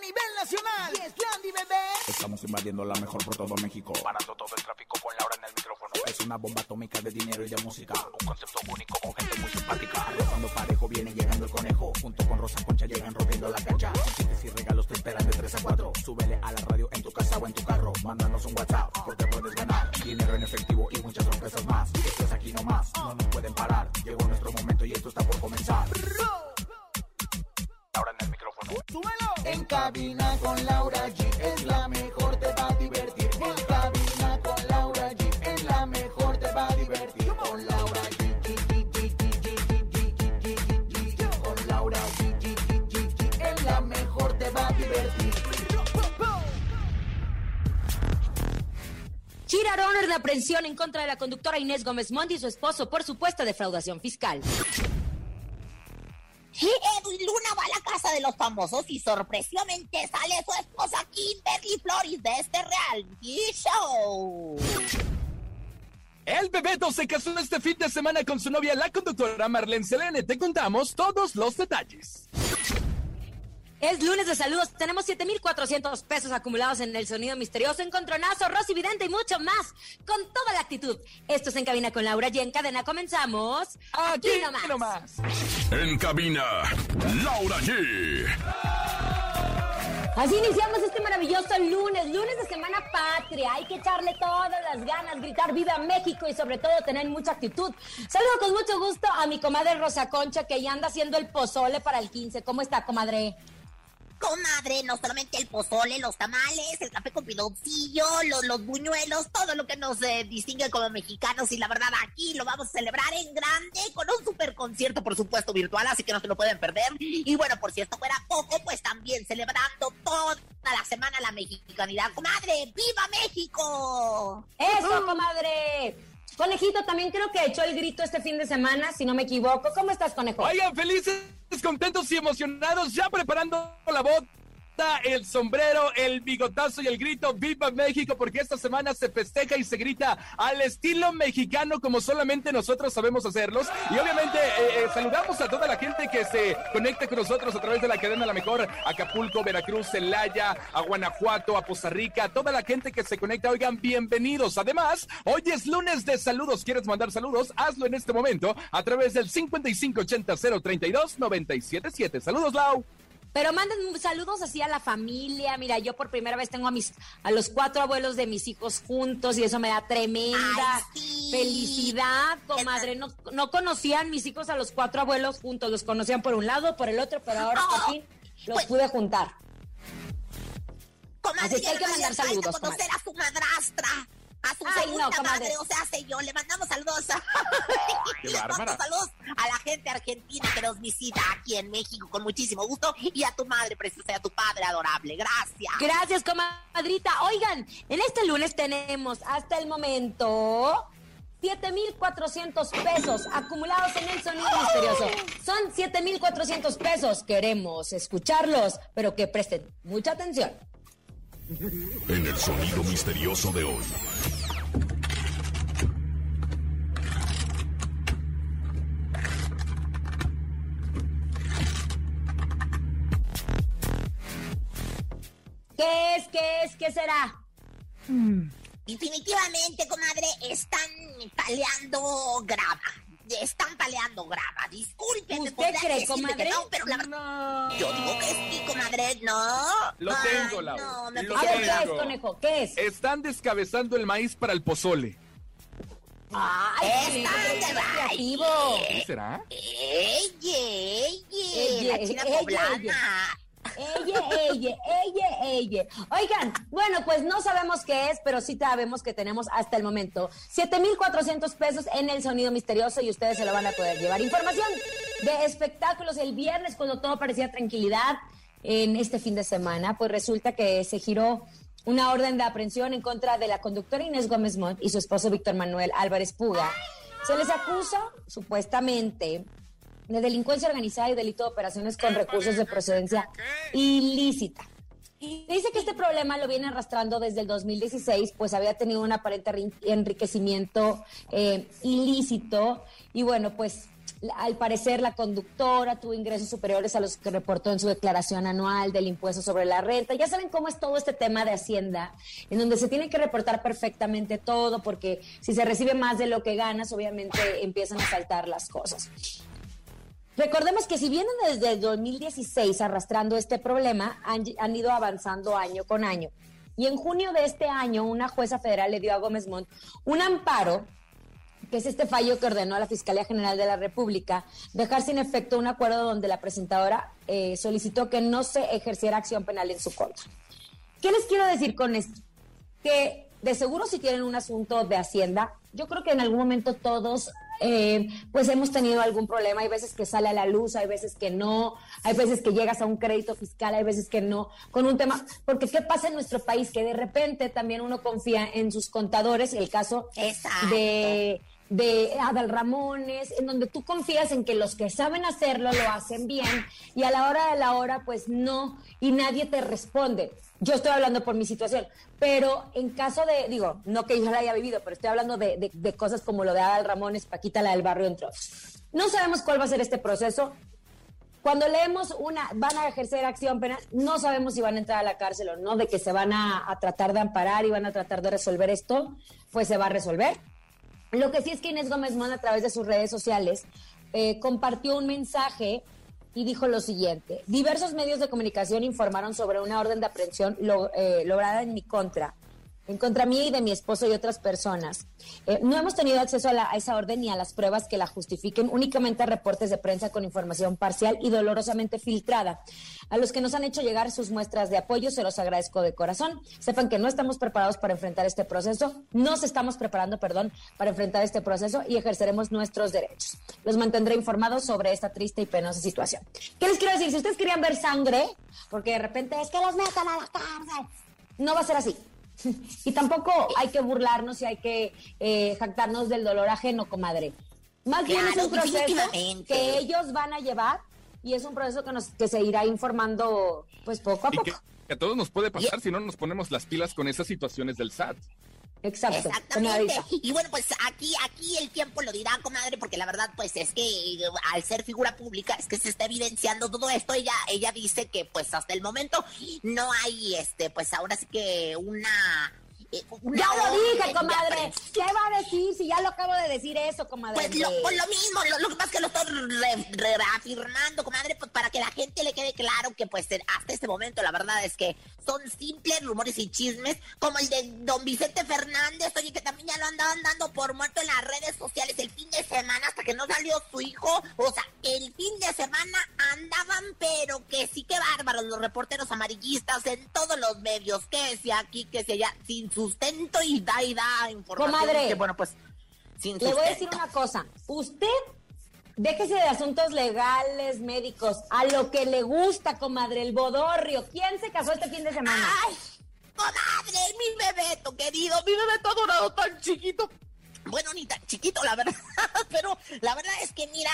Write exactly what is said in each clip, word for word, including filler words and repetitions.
nivel nacional. Y es Landy, bebé. Estamos invadiendo la mejor por todo México. Parando todo el tráfico con Laura en el micrófono. Es una bomba atómica de dinero y de música. Un concepto único con gente muy simpática. Cuando parejo viene llegando el conejo. Junto con Rosa Concha llegan rompiendo la cancha. Chistes y regalos te esperan de tres a cuatro. Súbele a la radio en tu casa o en tu carro. Mándanos un WhatsApp porque puedes ganar dinero en efectivo y muchas sorpresas más. Esto es aquí nomás, no nos pueden parar. Llegó nuestro momento y esto está por comenzar. Ahora en el micrófono. ¡Súbelo! En cabina con Laura G es la mejor, te va a divertir. En cabina con Laura G es la mejor, te va a divertir. Con Laura G, G, G, G, G, G, G, G, G, con Laura G, G, G, G, G, es la mejor, te va a divertir. Giraron orden de aprehensión en contra de la conductora Inés Gómez Montt y su esposo por supuesta defraudación fiscal. Edwin Luna va a la casa de los famosos y sorpresivamente sale su esposa Kimberly Flores de este reality show. El Bebeto se casó este fin de semana con su novia, la conductora Marlene Selene. Te contamos todos los detalles. Es lunes de saludos, tenemos siete mil cuatrocientos pesos acumulados en el sonido misterioso, encontronazo, Rosy Vidente y mucho más, con toda la actitud. Esto es En Cabina con Laura y en cadena comenzamos aquí, aquí nomás. nomás. En Cabina, Laura G. Así iniciamos este maravilloso lunes, lunes de Semana Patria. Hay que echarle todas las ganas, gritar ¡Viva México! Y sobre todo tener mucha actitud. Saludo con mucho gusto a mi comadre Rosa Concha, que ya anda haciendo el pozole para el quince. ¿Cómo está, comadre? Comadre, no solamente el pozole, los tamales, el café con piloncillo, los, los buñuelos, todo lo que nos eh, distingue como mexicanos. Y la verdad, aquí lo vamos a celebrar en grande con un super concierto, por supuesto, virtual, así que no se lo pueden perder. Y bueno, por si esto fuera poco, pues también celebrando toda la semana la mexicanidad. Comadre, ¡viva México! ¡Eso, comadre! Conejito también creo que echó el grito este fin de semana, si no me equivoco. ¿Cómo estás, conejo? Oigan, felices, contentos y emocionados, ya preparando la bota, el sombrero, el bigotazo y el grito ¡Viva México! Porque esta semana se festeja y se grita al estilo mexicano como solamente nosotros sabemos hacerlos. Y obviamente eh, eh, saludamos a toda la gente que se conecta con nosotros a través de la cadena La Mejor, Acapulco, Veracruz, Celaya, a Guanajuato, a Poza Rica, toda la gente que se conecta, oigan, bienvenidos. Además, hoy es lunes de saludos. ¿Quieres mandar saludos? Hazlo en este momento a través del cincuenta y cinco ochenta cero treinta y dos noventa y siete siete. Saludos, Lau. Pero manden saludos así a la familia. Mira, yo por primera vez tengo a mis a los cuatro abuelos de mis hijos juntos y eso me da tremenda Ay, sí. felicidad, comadre. No, no conocían mis hijos a los cuatro abuelos juntos, los conocían por un lado, por el otro, pero ahora oh, por fin los pues, pude juntar. Comadre, así que hay que mandar saludos, a conocer a su madrastra. A su Ay, segunda no, madre, o sea, sé yo, le mandamos saludos. Qué le bárbara. mando saludos a la gente argentina que nos visita aquí en México con muchísimo gusto y a tu madre preciosa y a tu padre adorable. Gracias. Gracias, comadrita. Oigan, en este lunes tenemos hasta el momento siete mil cuatrocientos pesos acumulados en el sonido misterioso. Son siete mil cuatrocientos pesos. Queremos escucharlos, pero que presten mucha atención. En el sonido misterioso de hoy. ¿Qué es? ¿Qué es? ¿Qué será? Mm. Definitivamente, comadre, están paleando grava. Están paleando grava. Disculpen. ¿Usted cree, comadre? No, pero la verdad, no. Yo digo que sí, comadre, no. Lo Ay, tengo, Laura. No, me Lo A ver, tengo. ¿qué es, conejo? ¿Qué es? Están descabezando el maíz para el pozole. ¡Ay, Están qué de creativo! ¿Qué será? ¡Eye, eye! Eye, La china eye, poblana. Ella, ella, ella, ella. Oigan, bueno, pues no sabemos qué es, pero sí sabemos que tenemos hasta el momento siete mil cuatrocientos pesos en el sonido misterioso y ustedes se lo van a poder llevar. Información de espectáculos el viernes cuando todo parecía tranquilidad en este fin de semana, pues resulta que se giró una orden de aprehensión en contra de la conductora Inés Gómez Montt y su esposo Víctor Manuel Álvarez Puga. Se les acusa, supuestamente, de delincuencia organizada y delito de operaciones con recursos de procedencia ilícita. Dice que este problema lo viene arrastrando desde el dos mil dieciséis, pues había tenido un aparente enriquecimiento eh, ilícito y bueno, pues al parecer la conductora tuvo ingresos superiores a los que reportó en su declaración anual del impuesto sobre la renta. Ya saben cómo es todo este tema de Hacienda, en donde se tiene que reportar perfectamente todo, porque si se recibe más de lo que ganas, obviamente empiezan a saltar las cosas. Recordemos que si vienen desde el dos mil dieciséis arrastrando este problema, han, han ido avanzando año con año. Y en junio de este año, una jueza federal le dio a Gómez Mont un amparo, que es este fallo que ordenó a la Fiscalía General de la República dejar sin efecto un acuerdo donde la presentadora eh, solicitó que no se ejerciera acción penal en su contra. ¿Qué les quiero decir con esto? Que de seguro si tienen un asunto de Hacienda, yo creo que en algún momento todos eh, pues hemos tenido algún problema. Hay veces que sale a la luz, hay veces que no, hay veces que llegas a un crédito fiscal, hay veces que no, con un tema, porque ¿qué pasa en nuestro país? Que de repente también uno confía en sus contadores, el caso Exacto. de... de Adal Ramones, en donde tú confías en que los que saben hacerlo lo hacen bien y a la hora de la hora pues no, y nadie te responde. Yo estoy hablando por mi situación, pero en caso de, digo, no que yo la haya vivido, pero estoy hablando de, de, de cosas como lo de Adal Ramones, Paquita, la del barrio, entre otros. No sabemos cuál va a ser este proceso. Cuando leemos una, van a ejercer acción penal, no sabemos si van a entrar a la cárcel o no, de que se van a, a tratar de amparar y van a tratar de resolver esto, pues se va a resolver. Lo que sí es que Inés Gómez Mont, a través de sus redes sociales, eh, compartió un mensaje y dijo lo siguiente: diversos medios de comunicación informaron sobre una orden de aprehensión lo, eh, lograda en mi contra, en contra mía y de mi esposo y otras personas. Eh, no hemos tenido acceso a, la, a esa orden ni a las pruebas que la justifiquen, únicamente a reportes de prensa con información parcial y dolorosamente filtrada. A los que nos han hecho llegar sus muestras de apoyo, se los agradezco de corazón. Sepan que no estamos preparados para enfrentar este proceso, nos estamos preparando, perdón, para enfrentar este proceso y ejerceremos nuestros derechos. Los mantendré informados sobre esta triste y penosa situación. ¿Qué les quiero decir? Si ustedes querían ver sangre, porque de repente es que los metan a la cárcel, no va a ser así. Y tampoco hay que burlarnos y hay que eh, jactarnos del dolor ajeno, comadre. Más bien Claro, es un proceso definitivamente. que ellos van a llevar y es un proceso que nos que se irá informando pues poco a Y poco. que, que a todos nos puede pasar si no nos ponemos las pilas con esas situaciones del S A T. Exacto. Exactamente. comadrita. Y bueno, pues aquí, aquí el tiempo lo dirá, comadre, porque la verdad, pues es que eh, al ser figura pública, es que se está evidenciando todo esto. Ella, ella dice que pues hasta el momento no hay, este, pues ahora sí que una... Eh, una Ya lo dije, orden de comadre. aprehensión. ¿Qué va a decir si ya lo acabo de decir eso, comadre? Pues lo, pues lo mismo, lo, lo que pasa es que lo estoy re- reafirmando, comadre, pues para que la gente le quede claro que pues hasta este momento la verdad es que son simples rumores y chismes, como el de don Vicente Fernández, oye, que también ya lo andaban dando por muerto en las redes sociales el fin de semana hasta que no salió su hijo. O sea, el fin de semana andaban, pero que sí, que bárbaros los reporteros amarillistas en todos los medios, que si aquí, que si allá, sin sustento y da y da información. Comadre, que bueno, pues sin le voy a decir sustento. una cosa. Usted déjese de asuntos legales, médicos, a lo que le gusta, comadre, el bodorrio. ¿Quién se casó este fin de semana? ¡Ay! ¡Comadre! Mi bebeto querido, mi bebeto adorado tan chiquito. Bueno, ni tan chiquito, la verdad, pero la verdad es que mira,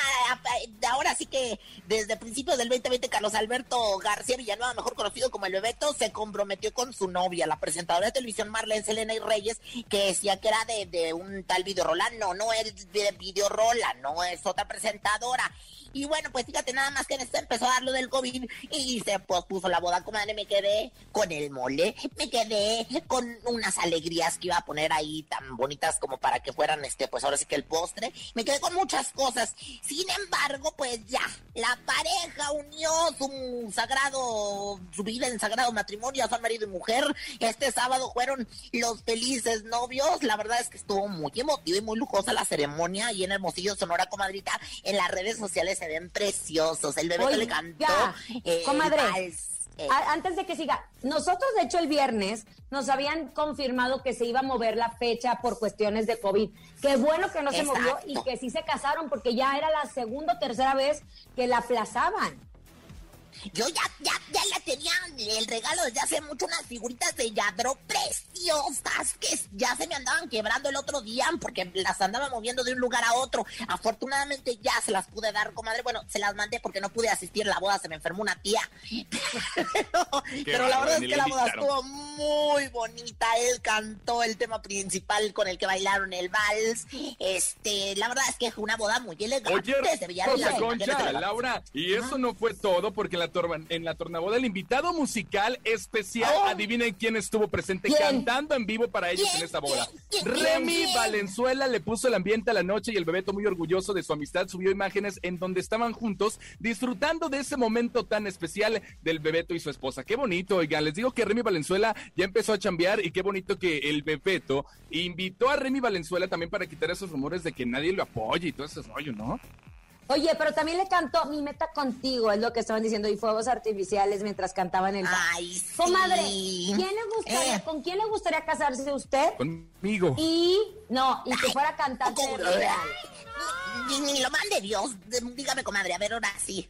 ahora sí que desde principios del veinte veinte Carlos Alberto García Villanueva, mejor conocido como el Bebeto, se comprometió con su novia, la presentadora de televisión Marlene Selena y Reyes, que decía que era de, de un tal Videorola. No, no es de Videorola, no es otra presentadora. Y bueno, pues fíjate nada más que en esto empezó a dar lo del COVID y se pospuso la boda, comadre. Me quedé con el mole, me quedé con unas alegrías que iba a poner ahí tan bonitas como para que fueran, este, pues ahora sí que el postre. Me quedé con muchas cosas. Sin embargo, pues ya, la pareja unió su sagrado, su vida en sagrado matrimonio, son marido y mujer. Este sábado fueron los felices novios. La verdad es que estuvo muy emotiva y muy lujosa la ceremonia y en Hermosillo, Sonora, comadrita. En las redes sociales se ven preciosos. El bebé Oiga, le cantó eh, comadre, el vals, eh. a- antes de que siga, nosotros de hecho el viernes nos habían confirmado que se iba a mover la fecha por cuestiones de COVID. Qué bueno que no se Exacto. movió y que sí se casaron, porque ya era la segunda o tercera vez que la aplazaban. Yo ya, ya, ya la tenía el regalo desde hace mucho, unas figuritas de Yadro preciosas que ya se me andaban quebrando el otro día porque las andaba moviendo de un lugar a otro. Afortunadamente ya se las pude dar, comadre. Bueno, se las mandé porque no pude asistir a la boda, se me enfermó una tía. Pero, Pero la verdad es que la boda invitaron. estuvo muy bonita. Él cantó el tema principal con el que bailaron el vals. Este, la verdad es que fue una boda muy elegante. Oye, Se veían las Rosa imágenes Concha, de la- Laura, y eso no fue todo, porque en la, torba- en la tornaboda el invitado musical especial, Oh. adivinen quién estuvo presente ¿Quién? cantando en vivo para ellos ¿Quién? en esa boda. ¿Quién? ¿Quién? Remy ¿Quién? Valenzuela le puso el ambiente a la noche y el Bebeto, muy orgulloso de su amistad, subió imágenes en donde estaban juntos disfrutando de ese momento tan especial del Bebeto y su esposa. Qué bonito, oigan, les digo que Remy Valenzuela ya empezó a chambear y qué bonito que el Bebeto invitó a Remy Valenzuela también para quitar esos rumores de que nadie lo apoya y todo ese rollo, ¿no? Oye, pero también le cantó Mi meta contigo, es lo que estaban diciendo, y fuegos artificiales mientras cantaban el... Ay, sí. Comadre, ¿quién le gustaría, Eh. ¿con quién le gustaría casarse usted? Conmigo. Y, no, y que fuera cantante de real. Ni, ni lo mande Dios. Dígame, comadre, a ver, ahora sí.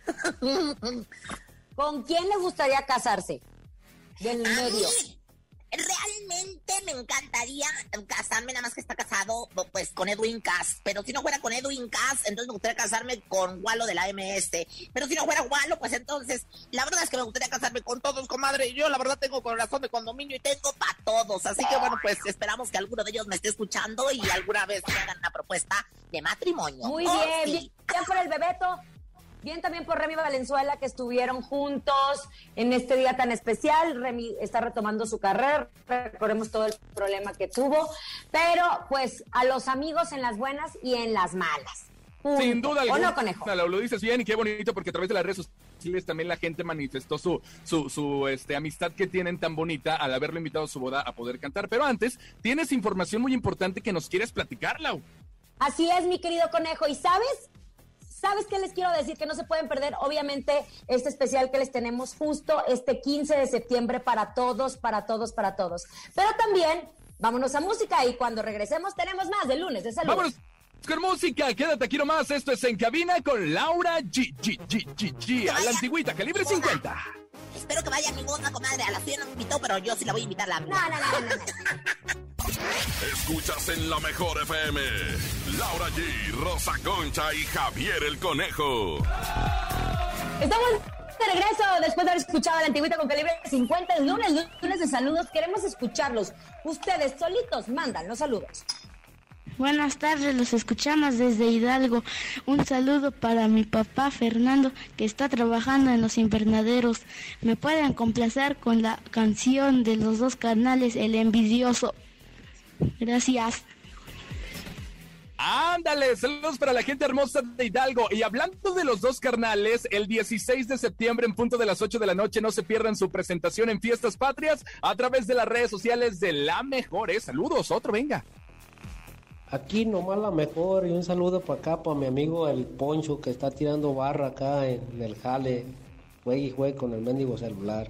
¿Con quién le gustaría casarse? Del A medio. mí, realmente me encantaría casarme, nada más que está casado, pues, con Edwin Cass. Pero si no fuera con Edwin Cass, entonces me gustaría casarme con Walo de la M S. Pero si no fuera Walo, pues entonces, la verdad es que me gustaría casarme con todos, comadre. Yo, la verdad, tengo corazón de condominio y tengo para todos. Así que, bueno, pues, esperamos que alguno de ellos me esté escuchando y alguna vez me hagan una propuesta de matrimonio. Muy Oh, bien, sí. bien, bien por el Bebeto, bien también por Remy Valenzuela, que estuvieron juntos en este día tan especial. Remy está retomando su carrera, recordemos todo el problema que tuvo, pero pues a los amigos en las buenas y en las malas. Punto. Sin duda ¿O alguna. no, conejo? Lo, lo dices bien y qué bonito porque a través de las redes sociales también la gente manifestó su, su, su este, amistad que tienen tan bonita al haberlo invitado a su boda a poder cantar. Pero antes, tienes información muy importante que nos quieres platicar, Lau. Así es, mi querido conejo. ¿Y sabes? ¿Sabes qué les quiero decir? Que no se pueden perder, obviamente, este especial que les tenemos justo este quince de septiembre para todos, para todos, para todos. Pero también, vámonos a música y cuando regresemos tenemos más de Lunes de Salud. Vámonos con música, quédate aquí nomás. Esto es En Cabina con Laura G. G, G, G, G, a la antigüita, calibre cincuenta. Espero que vaya a mi boda, comadre. A la suya no me invitó, pero yo sí la voy a invitar a la mía. No, no, no, no, no. Escuchas en la mejor F M. Laura G, Rosa Concha y Javier el Conejo. Estamos de regreso después de haber escuchado a la antigüita con calibre cincuenta. El lunes, lunes de saludos. Queremos escucharlos. Ustedes solitos mandan los saludos. Buenas tardes, los escuchamos desde Hidalgo. Un saludo para mi papá Fernando, que está trabajando en los invernaderos. Me pueden complacer con la canción de los dos carnales, El Envidioso. Gracias. Ándale, saludos para la gente hermosa de Hidalgo. Y hablando de los dos carnales, el dieciséis de septiembre en punto de las ocho de la noche, no se pierdan su presentación en Fiestas Patrias a través de las redes sociales de La Mejor. ¿eh? Saludos, otro, venga. Aquí nomás la mejor y un saludo para acá para mi amigo el Poncho que está tirando barra acá en el jale, juegue y juegue con el mendigo celular.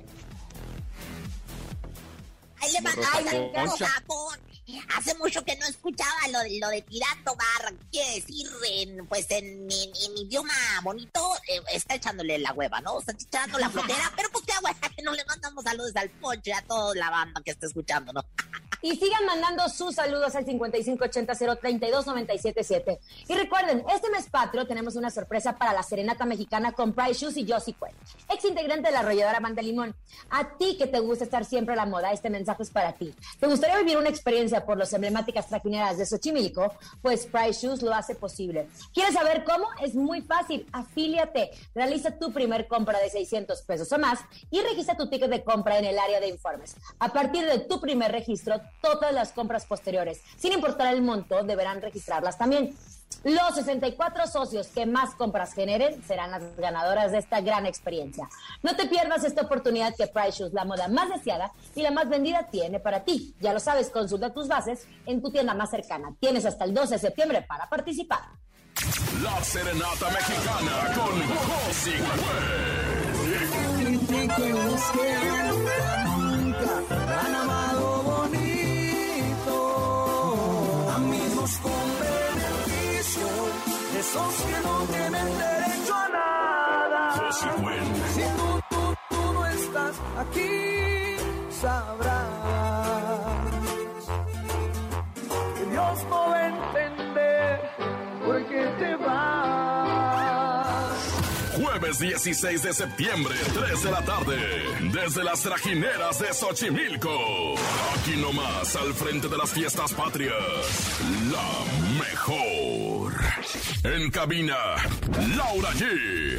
Ahí le Rosa mandamos Concha. Japón. Hace mucho que no escuchaba lo de, lo de tirando barra. Quiere decir, en, pues en, en, en idioma bonito, eh, está echándole la hueva, ¿no? Está echando la flotera, pero pues qué hueva, que no le mandamos saludos al Poncho y a toda la banda que está escuchando, ¿no? Y sigan mandando sus saludos al cincuenta y cinco ochenta cero treinta y dos noventa y siete siete. Y recuerden, este mes patrio tenemos una sorpresa para la serenata mexicana con Price Shoes y Josie Cue, ex integrante de la arrolladora Banda Limón. A ti que te gusta estar siempre a la moda, este mensaje es para ti. ¿Te gustaría vivir una experiencia por las emblemáticas trajineras de Xochimilco? Pues Price Shoes lo hace posible. ¿Quieres saber cómo? Es muy fácil. Afíliate. Realiza tu primer compra de seiscientos pesos o más y registra tu ticket de compra en el área de informes. A partir de tu primer registro, todas las compras posteriores, sin importar el monto, deberán registrarlas también. Los sesenta y cuatro socios que más compras generen serán las ganadoras de esta gran experiencia. No te pierdas esta oportunidad que Price Shoes, la moda más deseada y la más vendida, tiene para ti. Ya lo sabes, consulta tus bases en tu tienda más cercana. Tienes hasta el doce de septiembre para participar. La serenata mexicana con Josie Han amado bonito, amigos con beneficio, esos que no tienen derecho a nada. Josie Cuen. Si tú, tú, tú no estás aquí, sabrás que Dios no va a entender por qué te vas. Jueves Jueves dieciséis de septiembre, tres de la tarde, desde las trajineras de Xochimilco. Aquí nomás, al frente de las fiestas patrias, la mejor. En cabina, Laura G.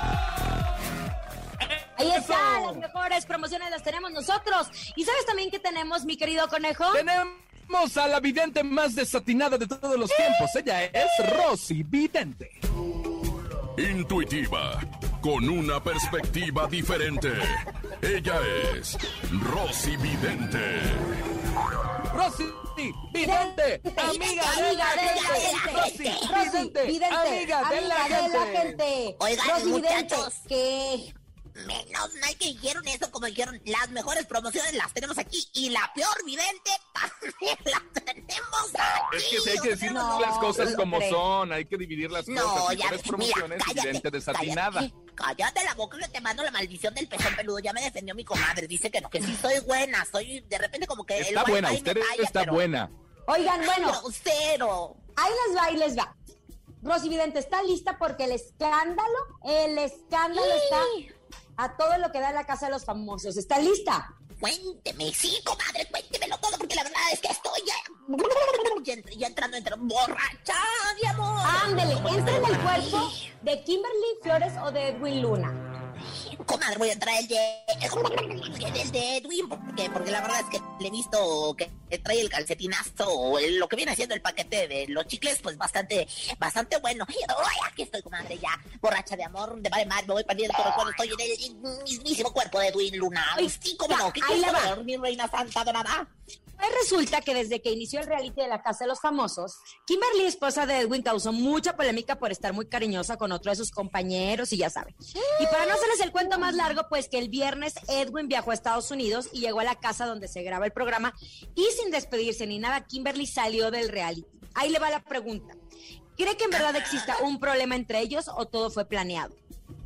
Ahí está, las mejores promociones las tenemos nosotros. ¿Y sabes también que tenemos, mi querido conejo? Tenemos a la vidente más desatinada de todos los tiempos. Ella es Rosy Vidente. Intuitiva, con una perspectiva diferente. Ella es Rosy Vidente. Rosy Vidente, amiga de la gente. Rosy Vidente, amiga de la gente. Oigan, muchachos, que menos mal que dijeron eso, como dijeron, las mejores promociones las tenemos aquí y la peor vidente también la tenemos aquí. Es que si hay que decir no, las cosas como hombre. son, hay que dividir las no, cosas. Ya, promociones, mira, cállate, vidente desatinada. Cállate, cállate la boca que te mando la maldición del pezón peludo. Ya me defendió mi comadre, dice que no, que sí soy buena, soy de repente como que... Está el buena, usted falla, está pero... buena. Oigan, bueno, cero. Ahí les va, ahí les va. Rosy Vidente, ¿está lista? Porque el escándalo, el escándalo sí. está... a todo lo que da en la casa de los famosos. ¿Está lista? Cuénteme, sí, comadre, cuéntemelo todo, porque la verdad es que estoy ya, ya, ya entrando entre borracha, mi amor. Ándele, entra en el cuerpo de Kimberly Flores o de Edwin Luna. Comadre, voy a entrar el de, el de Edwin, porque, porque la verdad es que le he visto que trae el calcetinazo, o el, lo que viene haciendo el paquete de los chicles, pues bastante, bastante bueno. Ay, aquí estoy, comadre, ya, borracha de amor, de vale mal, me voy perdiendo todo recuerdo, estoy en el mismísimo cuerpo de Edwin Luna. Ay, sí, cómo no, ¿qué quieres saber, mi reina santa dorada? Pues resulta que desde que inició el reality de la Casa de los Famosos, Kimberly, esposa de Edwin, causó mucha polémica por estar muy cariñosa con otro de sus compañeros y ya saben. Y para no hacerles el cuento más largo, pues que el viernes Edwin viajó a Estados Unidos y llegó a la casa donde se graba el programa y sin despedirse ni nada, Kimberly salió del reality. Ahí le va la pregunta. ¿Cree que en verdad exista un problema entre ellos o todo fue planeado?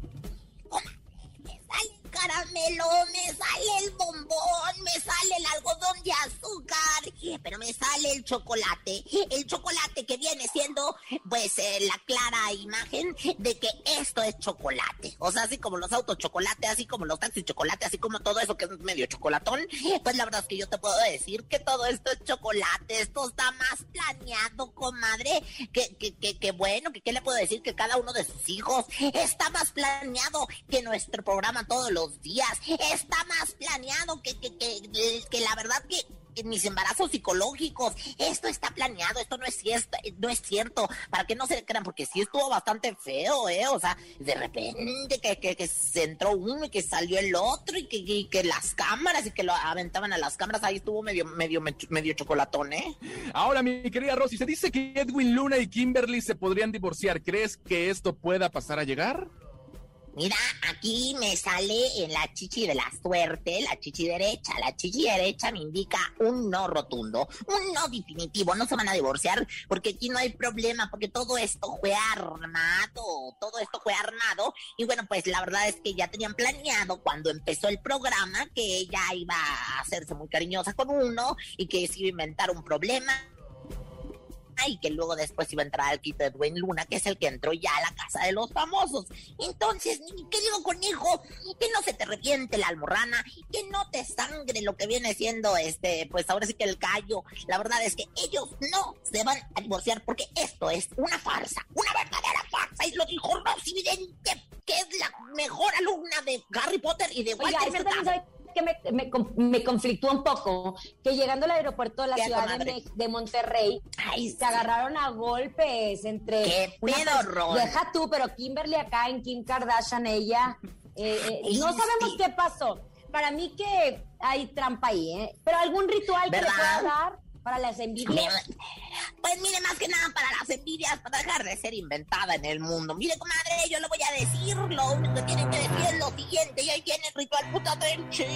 Caramelo, me sale el bombón, me sale el algodón de azúcar, pero me sale el chocolate, el chocolate que viene siendo, pues, eh, la clara imagen de que esto es chocolate, o sea, así como los autos chocolate, así como los taxis chocolate, así como todo eso que es medio chocolatón, pues la verdad es que yo te puedo decir que todo esto es chocolate, esto está más planeado, comadre, que, que, que, que bueno, que qué le puedo decir, que cada uno de sus hijos está más planeado que nuestro programa todos los días, está más planeado que, que, que, que la verdad que, que mis embarazos psicológicos, esto está planeado, esto no es cierto, no es cierto, para que no se crean, porque sí estuvo bastante feo, eh, o sea, de repente que, que, que se entró uno y que salió el otro y que, y que las cámaras y que lo aventaban a las cámaras, ahí estuvo medio, medio, medio chocolatón, eh. Ahora, mi querida Rosy, se dice que Edwin Luna y Kimberly se podrían divorciar, ¿crees que esto pueda pasar a llegar? Mira, aquí me sale en la chichi de la suerte, la chichi derecha. La chichi derecha me indica un no rotundo, un no definitivo. No se van a divorciar porque aquí no hay problema, porque todo esto fue armado, todo esto fue armado. Y bueno, pues la verdad es que ya tenían planeado cuando empezó el programa que ella iba a hacerse muy cariñosa con uno y que se iba a inventar un problema. Y que luego después iba a entrar al quito de Edwin Luna, que es el que entró ya a la casa de los famosos. Entonces, ¿qué digo, conejo? Que no se te reviente la almorrana, que no te sangre lo que viene siendo, este, pues ahora sí que el callo. La verdad es que ellos no se van a divorciar porque esto es una farsa, una verdadera farsa. Y lo dijo Rosy Vidente, que es la mejor alumna de Harry Potter y de Walter Mercado. Que me, me, me conflictúa un poco que llegando al aeropuerto de la ciudad de, de Monterrey, ay, se sí. agarraron a golpes entre qué pedo, Ron. Deja tú, pero Kimberly acá en Kim Kardashian, ella eh, eh, no sabemos qué pasó. Para mí que hay trampa ahí, ¿eh? Pero algún ritual ¿verdad? Que le pueda dar para las envidias. Pues mire, más que nada para las envidias, para dejar de ser inventada en el mundo. Mire, comadre, yo le voy a decir, lo único que tienen que decir es lo siguiente, y ahí tiene el ritual puta tenche.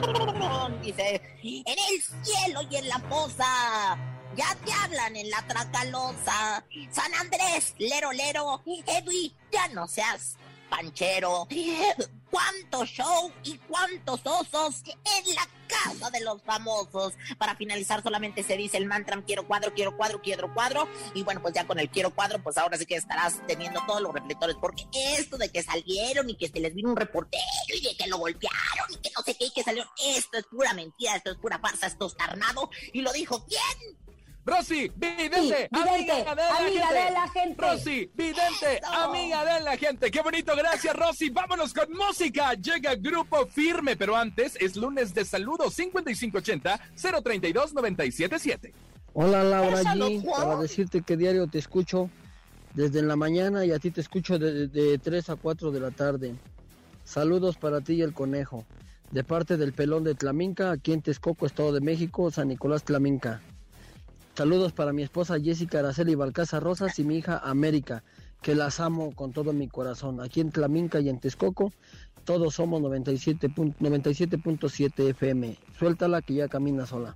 Dice, en el cielo y en la fosa, ya te hablan en la Tracalosa. San Andrés, lero, lero, Edwin, ya no seas Panchero. ¡Cuánto show y cuántos osos en la casa de los famosos! Para finalizar solamente se dice el mantra: quiero cuadro, quiero cuadro, quiero cuadro. Y bueno, pues ya con el quiero cuadro, pues ahora sí que estarás teniendo todos los reflectores, porque esto de que salieron y que se les vino un reportero y de que lo golpearon y que no sé qué y que salieron, esto es pura mentira, esto es pura farsa, esto es carnado. ¿Y lo dijo quién? Rosy, vidente, sí, vidente, amiga, de la, amiga gente. de la gente. Rosy, vidente, Eso. amiga de la gente. Qué bonito, gracias, Rosy. Vámonos con música. Llega Grupo Firme, pero antes es lunes de saludos. cincuenta y cinco ochenta, cero treinta y dos, noventa y siete siete. Hola Laura Esa G, no, para decirte que diario te escucho desde la mañana y a ti te escucho de, de tres a cuatro de la tarde. Saludos para ti y el conejo. De parte del pelón de Tlaminca, aquí en Texcoco, Estado de México, San Nicolás Tlaminca. Saludos para mi esposa Jessica Araceli Balcaza Rosas y mi hija América, que las amo con todo mi corazón. Aquí en Tlaminca y en Texcoco, todos somos noventa y siete punto siete F M. Suéltala que ya camina sola.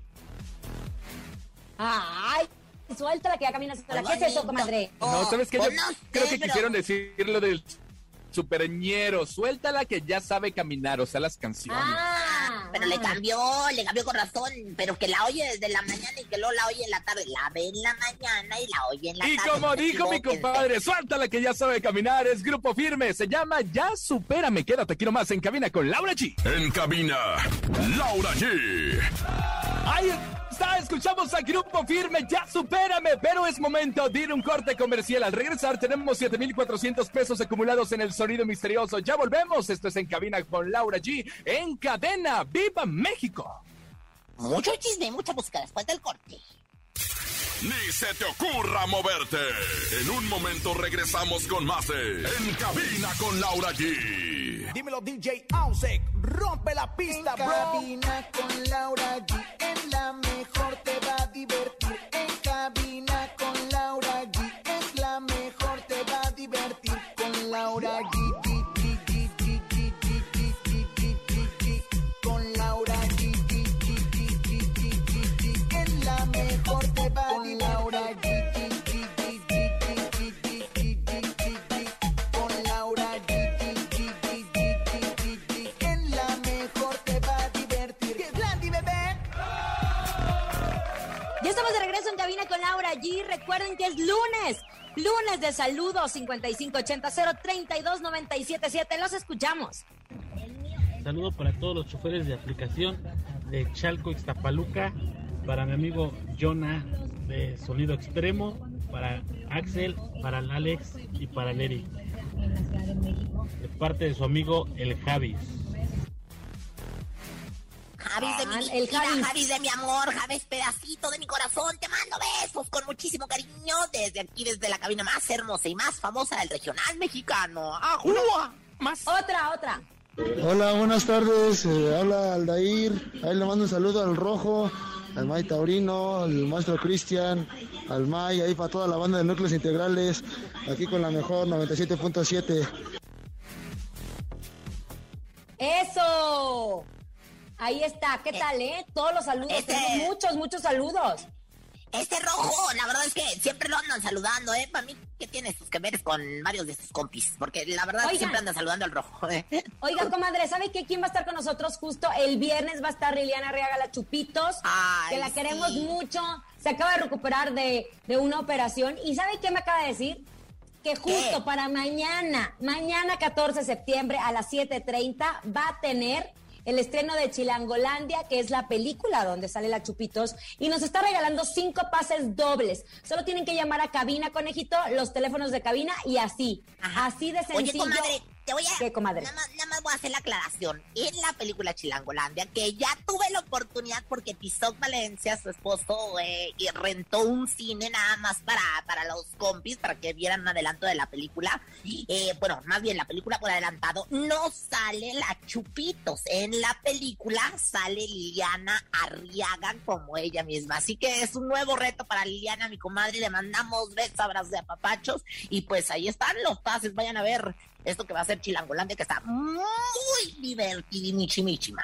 Ay, suéltala que ya caminas sola. ¿Qué es eso, comadre? No, ¿sabes qué? Yo Pues no sé, creo que pero- quisieron decir lo del superñero. Suéltala que ya sabe caminar, o sea, las canciones. Ah, Pero le cambió, le cambió con razón, pero que la oye desde la mañana y que luego la oye en la tarde. La ve en la mañana y la oye en la Y tarde. como no dijo mi equivóquense. compadre, suéltala que ya sabe caminar, es Grupo Firme, se llama Ya Supérame, quédate aquí nomás en cabina con Laura G. En cabina, Laura G. Ahí está, escuchamos a Grupo Firme, Ya Supérame, pero es momento de ir a un corte comercial. Al regresar tenemos siete mil cuatrocientos pesos acumulados en el sonido misterioso. Ya volvemos, esto es En Cabina con Laura G, en cadena, ¡Viva México! Mucho chisme, mucha música después del corte. Ni se te ocurra moverte. En un momento regresamos con más de En Cabina con Laura G. Dímelo, D J Ausek, rompe la pista, En bro. cabina con Laura G, en la mejor te va a divertir. En cabina con Laura G, es la mejor te va a divertir. Con Laura G, G, G, G, G, G, G, G, G, G, G, G. Con Laura G, G, G, G, G, G, G, G. En la mejor te va a divertir. Con Laura G, G, G, G, G, G, G, G, G, G, G. Con Laura G, G, G, G, G, G, G, G. En la mejor te va a divertir. ¡Que es Landy, bebé! Ya estamos de regreso en cabina con Laura G. Recuerden que es lunes, lunes de saludos, cincuenta y cinco ochenta, cero treinta y dos, noventa y siete siete. Los escuchamos. Saludo para todos los choferes de aplicación de Chalco, Ixtapaluca, para mi amigo Jonah de Sonido Extremo, para Axel, para el Alex y para el Eric, de parte de su amigo el Javis. Javis de mi Ah, vida, el Javis. Javis de mi amor, Javis pedacito de mi corazón, te mando besos con muchísimo cariño desde aquí, desde la cabina más hermosa y más famosa del regional mexicano. ¡Ajúa! Más. Otra, otra. Hola, buenas tardes. Eh, habla Aldair. Ahí le mando un saludo al Rojo, al May Taurino, al maestro Cristian, al May, ahí para toda la banda de Núcleos Integrales, aquí con la mejor noventa y siete punto siete. ¡Eso! Ahí está. ¿Qué tal, eh? Todos los saludos. Este- Tenemos muchos, muchos saludos. Este Rojo, la verdad es que siempre lo andan saludando, ¿eh? Para mí, ¿qué tiene sus que veres con varios de sus compis? Porque la verdad Oigan. siempre andan saludando al Rojo, ¿eh? Oiga, comadre, ¿sabe qué? ¿Quién va a estar con nosotros justo el viernes? Va a estar Liliana Arriaga, la Chupitos, Ay, que la sí. queremos mucho. Se acaba de recuperar de, de una operación. ¿Y sabe qué me acaba de decir? Que justo ¿Qué? para mañana, mañana catorce de septiembre a las siete treinta, va a tener el estreno de Chilangolandia, que es la película donde sale la Chupitos, y nos está regalando cinco pases dobles. Solo tienen que llamar a cabina, conejito, los teléfonos de cabina y así, Ajá. así de Oye, sencillo. comadre, te voy a... ¿Qué, comadre? Nada más, nada más voy a hacer la aclaración. En la película Chilangolandia, que ya tuve la oportunidad porque Tizoc Valencia, su esposo, eh, y rentó un cine nada más para, para los compis, para que vieran un adelanto de la película. Eh, bueno, más bien la película por adelantado. No sale la Chupitos. En la película sale Liliana Arriaga como ella misma. Así que es un nuevo reto para Liliana, mi comadre. Le mandamos besos, abrazos de apapachos. Y pues ahí están los pases. Vayan a ver esto que va a ser Chilangolandia, que está muy divertido y michimichima.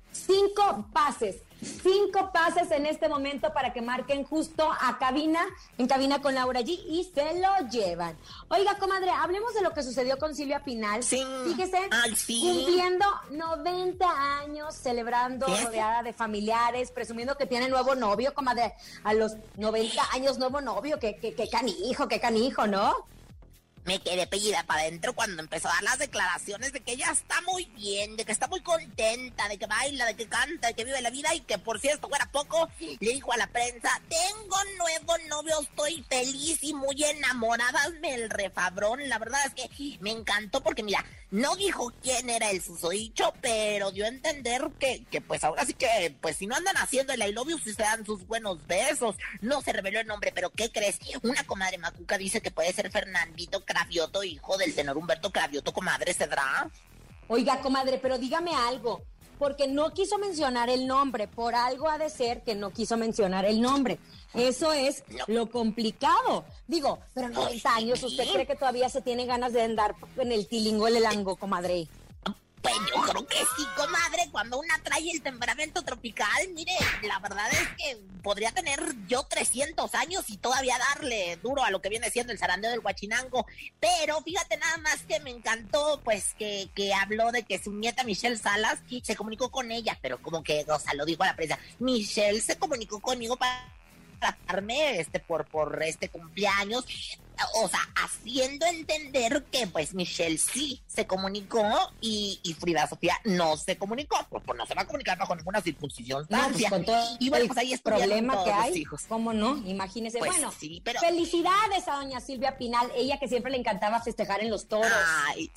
cinco pases. Cinco pases en este momento para que marquen justo a cabina, en cabina con Laura G, y se lo llevan. Oiga, comadre, hablemos de lo que sucedió con Silvia Pinal. Sí. Fíjese, Ay, sí. cumpliendo noventa años, celebrando ¿Qué? rodeada de familiares, presumiendo que tiene nuevo novio, comadre. A los noventa años, nuevo novio, que, que, que canijo, que canijo, ¿no? Me quedé pellida para adentro cuando empezó a dar las declaraciones de que ella está muy bien, de que está muy contenta, de que baila, de que canta, de que vive la vida y que, por cierto, fuera poco, le dijo a la prensa, tengo nuevo novio, estoy feliz y muy enamorada. Hazme el refabrón. La verdad es que me encantó porque, mira, no dijo quién era el susodicho, pero dio a entender que, que pues ahora sí que, pues si no andan haciendo el I love you, si se dan sus buenos besos. No se reveló el nombre, pero ¿qué crees? Una comadre macuca dice que puede ser Fernandito Cravioto, hijo del tenor Humberto Cravioto, comadre, ¿cedrá? Oiga, comadre, pero dígame algo, porque no quiso mencionar el nombre, por algo ha de ser que no quiso mencionar el nombre. Eso es no. lo complicado. Digo, pero noventa años, ¿usted cree que todavía se tiene ganas de andar en el tilingo, el elango, comadre? Pues yo creo que sí, comadre, cuando una trae el temperamento tropical, mire, la verdad es que podría tener yo trescientos años y todavía darle duro a lo que viene siendo el zarandeo del Huachinango, pero fíjate nada más que me encantó, pues, que, que habló de que su nieta Michelle Salas se comunicó con ella, pero como que, o sea, lo dijo a la prensa, Michelle se comunicó conmigo para tratarme, este, por, por este cumpleaños, o sea, haciendo entender que pues Michelle sí se comunicó y, y Frida Sofía no se comunicó, pues, pues no se va a comunicar bajo ninguna circuncisión. No, pues, con todo y bueno, el pues ahí es problema que hay, ¿cómo no? Imagínese. Pues, bueno, sí, pero... felicidades a doña Silvia Pinal, ella que siempre le encantaba festejar en los toros. Ay,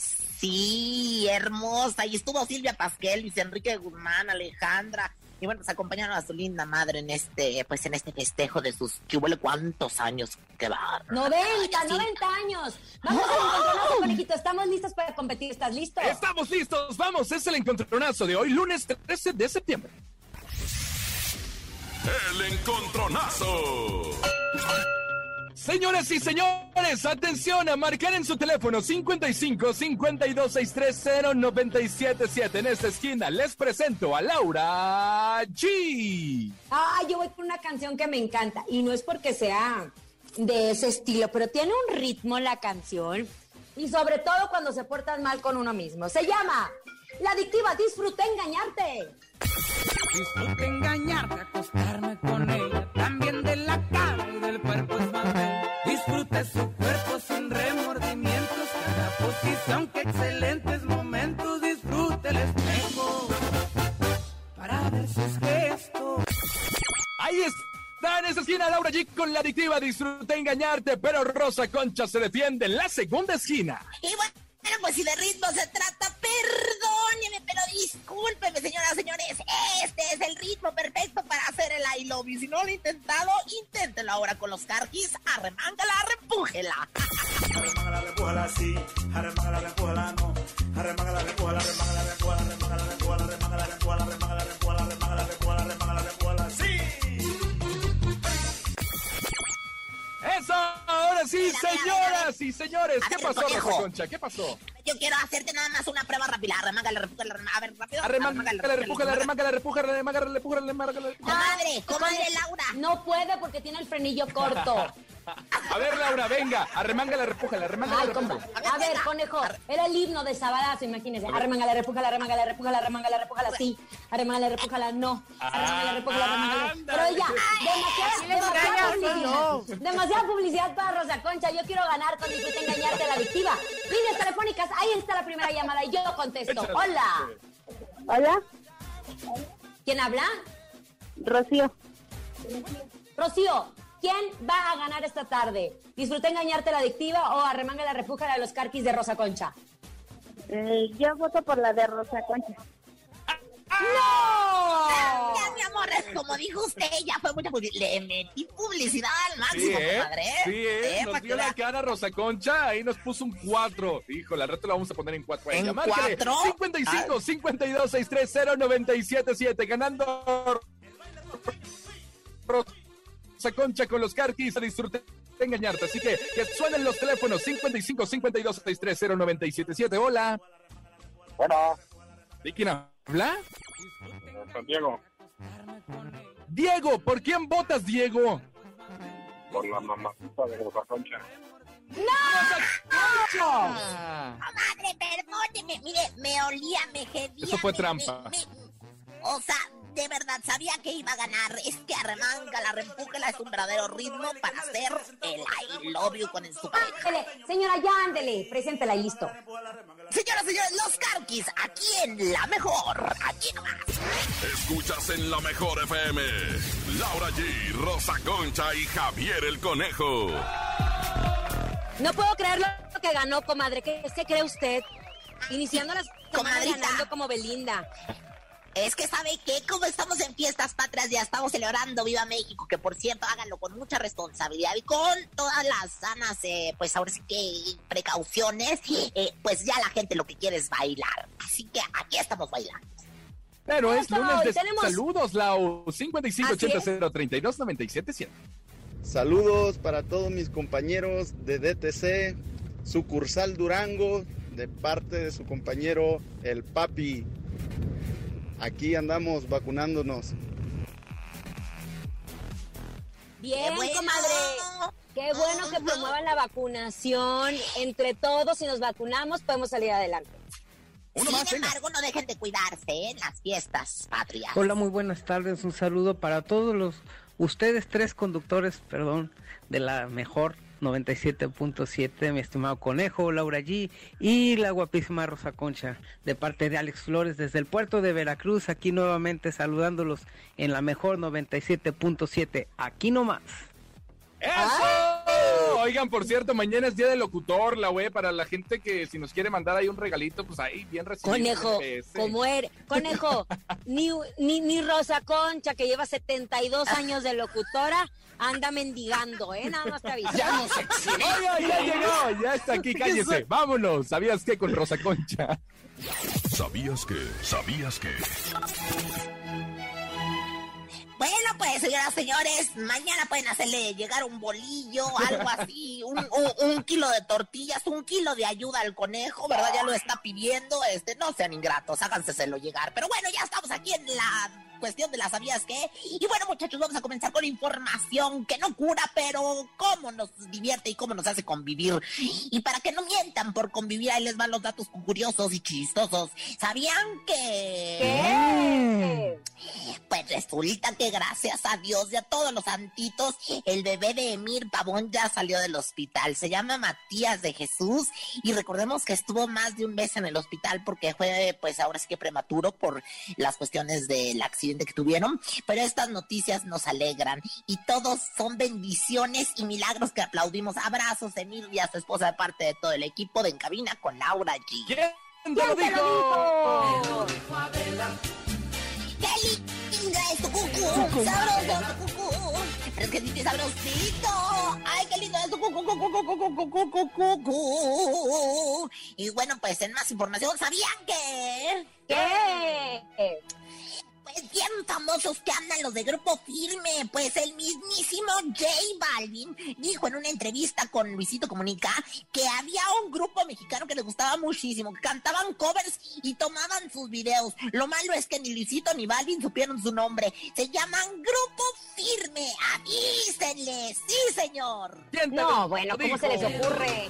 sí, hermosa. Y estuvo Silvia Pasquel, Luis Enrique Guzmán, Alejandra. Y bueno, se acompañaron a su linda madre en este, pues en este festejo de sus, ¿qué huele cuántos años? ¡Qué barro! noventa, noventa años. Vamos al encontronazo, conejito. Estamos listos para competir. ¿Estás listo? Estamos listos. Vamos, es el encontronazo de hoy, lunes trece de septiembre. El encontronazo. Señoras y señores, atención a marcar en su teléfono cincuenta y cinco, cincuenta y dos, sesenta y tres cero, noventa y siete siete. En esta esquina les presento a Laura G. Ah, yo voy con una canción que me encanta y no es porque sea de ese estilo, pero tiene un ritmo la canción y sobre todo cuando se portan mal con uno mismo. Se llama La Adictiva, disfruté engañarte. Disfruté engañarte, acostarme con ella, también de la cara y del cuerpo es más bella. Disfruté su cuerpo sin remordimientos, cada posición, que excelentes momentos. Disfrute el espejo para ver sus gestos. Ahí está en esa esquina Laura G con La Adictiva, disfruté engañarte, pero Rosa Concha se defiende en la segunda esquina. Y bueno, pues si de ritmo se trata, perdóneme, pero discúlpeme, señoras y señores, este es el ritmo perfecto para hacer el I love you. Si no lo he intentado, inténtelo ahora con los Carquis. Arremángala, repújela. Arremángala, repújala, sí. Arremángala, repújala, no. Arremángala, repújala, arremángala, repújala, arremángala, repújala, arremángala, repújala, arremángala, repújala, arremángala, repújala, arremángala, repújala, sí. ¡Eso! Ahora sí, Mira, mira, señoras mira, y señores. A ¿Qué ver, pasó, conejo. Rosa Concha? ¿Qué pasó? Yo quiero hacerte nada más una prueba rápida. Arremángala, repújala, arremángala. A ver, rápido. Arremángala, repújala, arremángala, repújala, arremángala, repújala, arremángala. Comadre, comadre Laura. No puede porque tiene el frenillo corto. A ver, Laura, venga. Arremángala, repújala, arremángala, Ay, repújala. compa. A ver, conejo, era el himno de Sabadazo, imagínese. Arremángala, repújala, arremángala, repújala, arremángala, repújala, sí. Arremángala, repújala, no. Arremángala, repújala, arremángala. Pero ya, demasiada, demasiada publicidad. Demasiada publicidad para Rosa Concha. Yo quiero ganar con Disfruté engañarte, La Adictiva. Líneas telefónicas, ahí está la primera llamada y yo contesto. Hola. Hola. ¿Quién habla? Rocío. Rocío, ¿quién va a ganar esta tarde? ¿Disfruté engañarte, La Adictiva o Arremángala, repújala de los Carquis de Rosa Concha? Eh, yo voto por la de Rosa Concha. ¡No! Ya, mi amor, es como dijo usted, ya fue mucha publicidad. Le metí publicidad al máximo, Sí, ¿eh? comadre. Sí, ¿eh? Eh, Nos para dio que la vea. cara Rosa Concha, ahí nos puso un cuatro. Híjole, al rato lo vamos a poner en cuatro. ¿En Márcale, cuatro? cincuenta y cinco, cincuenta y dos, sesenta y tres cero, noventa y siete siete. Ganando Rosa Concha con los Carquis. Disfruté engañarte. Así que que suenen los teléfonos cincuenta y cinco, cincuenta y dos, sesenta y tres cero, noventa y siete siete. Hola. Bueno. ¿De quién habla? ¿Habla? Santiago. Diego, ¿por quién votas, Diego? Por la mamacita de Rosa Concha. ¡No! ¡No, madre, perdóneme! Mire, me olía, me gedía. Eso fue me, trampa. Me, me, o sea, de verdad, sabía que iba a ganar. Es que arremanga, la reempújela, es un verdadero ritmo para hacer el I love you con el super. Ándele, señora, ya ándele, preséntela y listo. Señoras y señores, los Carquis, aquí en La Mejor, aquí nomás. Escuchas en La Mejor F M, Laura G, Rosa Concha y Javier el Conejo. No puedo creer lo que ganó, comadre. ¿Qué, qué cree usted? Iniciando las Comadrita. ganando como Belinda. Es que, ¿sabe qué? Como estamos en fiestas patrias, ya estamos celebrando Viva México, que por cierto, háganlo con mucha responsabilidad y con todas las sanas, eh, pues ahora sí que precauciones, eh, pues ya la gente lo que quiere es bailar. Así que aquí estamos bailando. Pero es Eso, lunes de tenemos... saludos, Lau. cincuenta y cinco ochenta cero treinta y dos noventa y siete siete. Saludos para todos mis compañeros de D T C, sucursal Durango, de parte de su compañero el Papi. Aquí andamos vacunándonos. Bien, bueno. comadre. Qué bueno que promuevan la vacunación. Entre todos, si nos vacunamos, podemos salir adelante. Sin embargo, no dejen de cuidarse ¿eh? en las fiestas patrias. Hola, muy buenas tardes. Un saludo para todos los ustedes tres conductores, perdón, de La Mejor noventa y siete punto siete, mi estimado Conejo, Laura G y la guapísima Rosa Concha, de parte de Alex Flores desde el puerto de Veracruz, aquí nuevamente saludándolos en La Mejor noventa y siete punto siete, aquí nomás. ¡Eso! Oigan, por cierto, mañana es día del locutor, la web, para la gente que si nos quiere mandar ahí un regalito, pues ahí bien recibido. Conejo, como eres, Conejo, ni, ni, ni Rosa Concha, que lleva setenta y dos años de locutora, anda mendigando, ¿eh? Nada más te aviso. Ya nos exhibió. Oiga, ya llegó, ya está aquí, cállese. Vámonos, ¿sabías qué con Rosa Concha? ¿Sabías que? ¿Sabías que? Bueno, pues, señoras, señores, mañana pueden hacerle llegar un bolillo, algo así, un, un, un kilo de tortillas, un kilo de ayuda al conejo, ¿verdad? Ya lo está pidiendo, este, no sean ingratos, háganselo llegar. Pero bueno, ya estamos aquí en la cuestión de las ¿sabías qué? Y bueno, muchachos, vamos a comenzar con información que no cura, pero cómo nos divierte y cómo nos hace convivir. Y para que no mientan por convivir, ahí les van los datos curiosos y chistosos. ¿Sabían que...? ¿Qué? Pues resulta que gracias a Dios y a todos los santitos, el bebé de Emir Pavón ya salió del hospital. Se llama Matías de Jesús y recordemos que estuvo más de un mes en el hospital porque fue, pues ahora sí que prematuro por las cuestiones del accidente que tuvieron, pero estas noticias nos alegran y todos son bendiciones y milagros que aplaudimos. Abrazos, Emir, y a su esposa de parte de todo el equipo de En Cabina con Laura G. ¿Quién te lo dijo? ¡Qué lindo es tu cucú! ¡Sabroso tu cucú! ¡Es que sí, sabrosito! ¡Ay, qué lindo es tu cucú, cucú, cucú, cucú, cucú, cucú! Y bueno, pues en más información, ¿sabían que...? ¿Qué? Pues bien famosos que andan los de Grupo Firme, pues el mismísimo J Balvin dijo en una entrevista con Luisito Comunica que había un grupo mexicano que les gustaba muchísimo, que cantaban covers y tomaban sus videos. Lo malo es que ni Luisito ni Balvin supieron su nombre. Se llaman Grupo Firme, avísenles, sí señor. No, bueno, ¿cómo se les ocurre?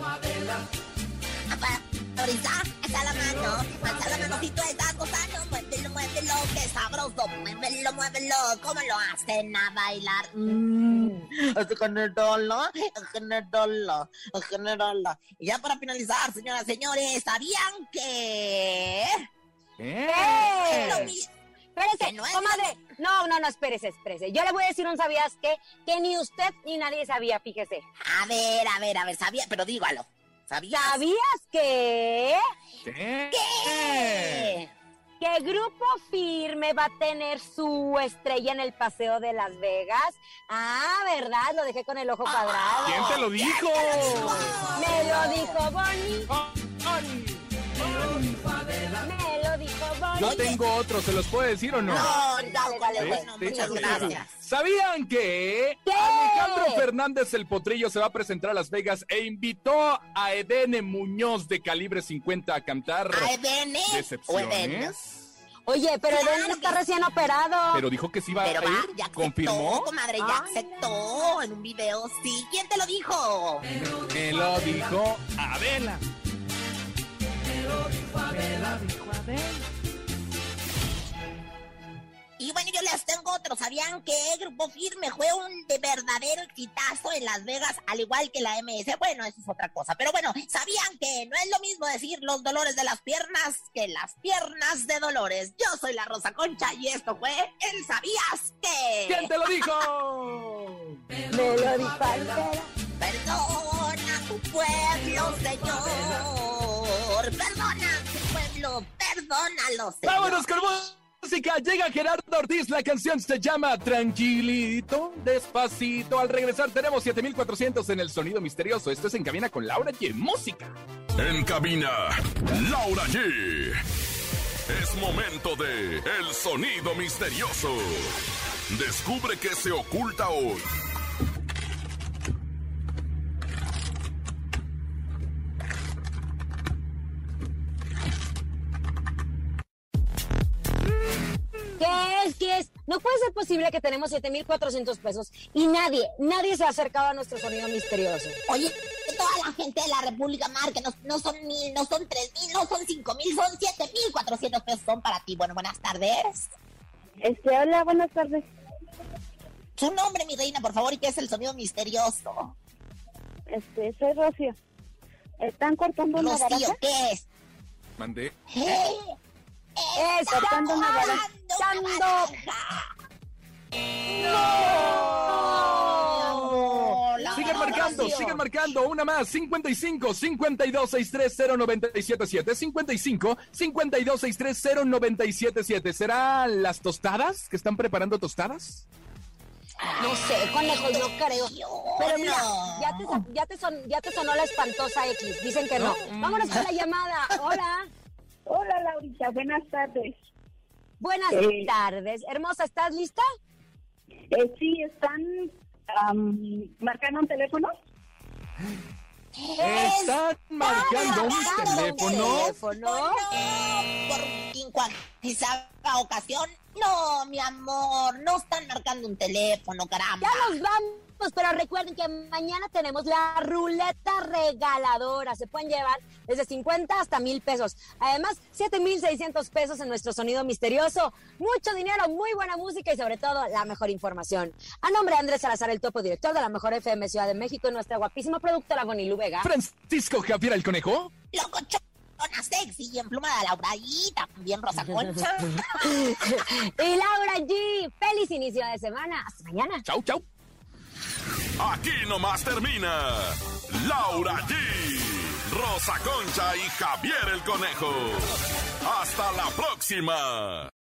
Ahorita, alza la mano, alza la mano si tú estás gozando, muévelo, muévelo, que sabroso, muévelo, muévelo, ¿cómo lo hacen a bailar? Mmm, así con el dólar, con el dólar, con el dólar. Y ya para finalizar, señoras y señores, ¿sabían que...? ¿Qué? Es lo mismo. Espérese, no es comadre. No, no, no, espérese, espérese. Yo le voy a decir un sabías qué, que ni usted ni nadie sabía, fíjese. A ver, a ver, a ver, sabía, pero dígalo. ¿Sabías? ¿Sabías que? ¿Qué? ¿Qué? Que Grupo Firme va a tener su estrella en el Paseo de Las Vegas. Ah, ¿verdad? Lo dejé con el ojo cuadrado. ¿Quién te lo dijo? Me lo dijo Bonnie. Bonnie. Me lo dijo Bonnie. Yo tengo otro, ¿se los puedo decir o no? No, no, vale, bueno, Este, muchas gracias. ¿Sabían que ¿Qué? Alejandro Fernández el Potrillo se va a presentar a Las Vegas e invitó a Edene Muñoz de Calibre cincuenta a cantar ¿A Edene o Edene? Decepciones? Oye, pero Claro Eden está que recién operado. Pero dijo que sí iba Pero a va, ir. ya ¿Confirmó? aceptó, comadre, ya Ah. aceptó en un video. Sí, ¿quién te lo dijo? Me lo dijo Adela. Y bueno, yo les tengo otro. ¿Sabían que Grupo Firme fue un de verdadero exitazo en Las Vegas, al igual que la M S? Bueno, eso es otra cosa. Pero bueno, ¿sabían que no es lo mismo decir los dolores de las piernas que las piernas de Dolores? Yo soy la Rosa Concha y esto fue ¿El Sabías que? ¿Quién te lo dijo? Me lo dijo Alfredo. Perdona a tu pueblo, Señor. Perdona a tu pueblo, perdónalo, Señor. ¡Vámonos con música! Llega Gerardo Ortiz, la canción se llama Tranquilito, Despacito. Al regresar tenemos siete mil cuatrocientos en el sonido misterioso. Esto es En Cabina con Laura G. Música. En cabina, Laura G. Es momento de El Sonido Misterioso. Descubre qué se oculta hoy. ¿Qué es? ¿Qué es? No puede ser posible que tenemos siete mil cuatrocientos pesos y nadie, nadie se ha acercado a nuestro sonido misterioso. Oye, que toda la gente de la República marque, no, no son mil, no son tres mil, no son cinco mil, son siete mil cuatrocientos pesos son para ti. Bueno, buenas tardes. Este, hola, buenas tardes. Su nombre, mi reina, por favor, y qué es el sonido misterioso. Este, soy Rocío. ¿Están cortando una Rocío, baraja? ¿qué es? Mandé. ¿Eh? ¡Está cortando una baraja. ¡No! ¡No! Sigan marcando, sigan marcando. Una más. cincuenta y cinco, cincuenta y dos, sesenta y tres, cero, noventa y siete siete. cincuenta y cinco, cincuenta y dos, sesenta y tres, cero, noventa y siete siete. ¿Serán las tostadas que están preparando tostadas? No sé, conejo, no creo. Pero mira, no. ya te, son- ya, te son, ya te sonó la espantosa X. Dicen que no. Vámonos con la llamada. Hola. Hola, Laurita, buenas tardes. Buenas Eh. tardes. Hermosa, ¿estás lista? Eh, sí, ¿están am, marcando un teléfono? Están marcando un teléfono. teléfono. Por quincuagésima ocasión. No, mi amor, no están marcando un teléfono, caramba. Ya nos vamos, pero recuerden que mañana tenemos la ruleta regaladora. Se pueden llevar desde cincuenta hasta mil pesos. Además, siete mil seiscientos pesos en nuestro sonido misterioso. Mucho dinero, muy buena música y sobre todo la mejor información. A nombre de Andrés Salazar, el topo director de la mejor F M Ciudad de México y nuestra guapísima productora Bonilú Vega. Francisco Javier el Conejo. Locochona sexy y emplumada Laura y también Rosa Concha. Y Laura G. Feliz inicio de semana. Hasta mañana. Chau, chau. Aquí nomás termina Laura G, Rosa Concha y Javier el Conejo. Hasta la próxima.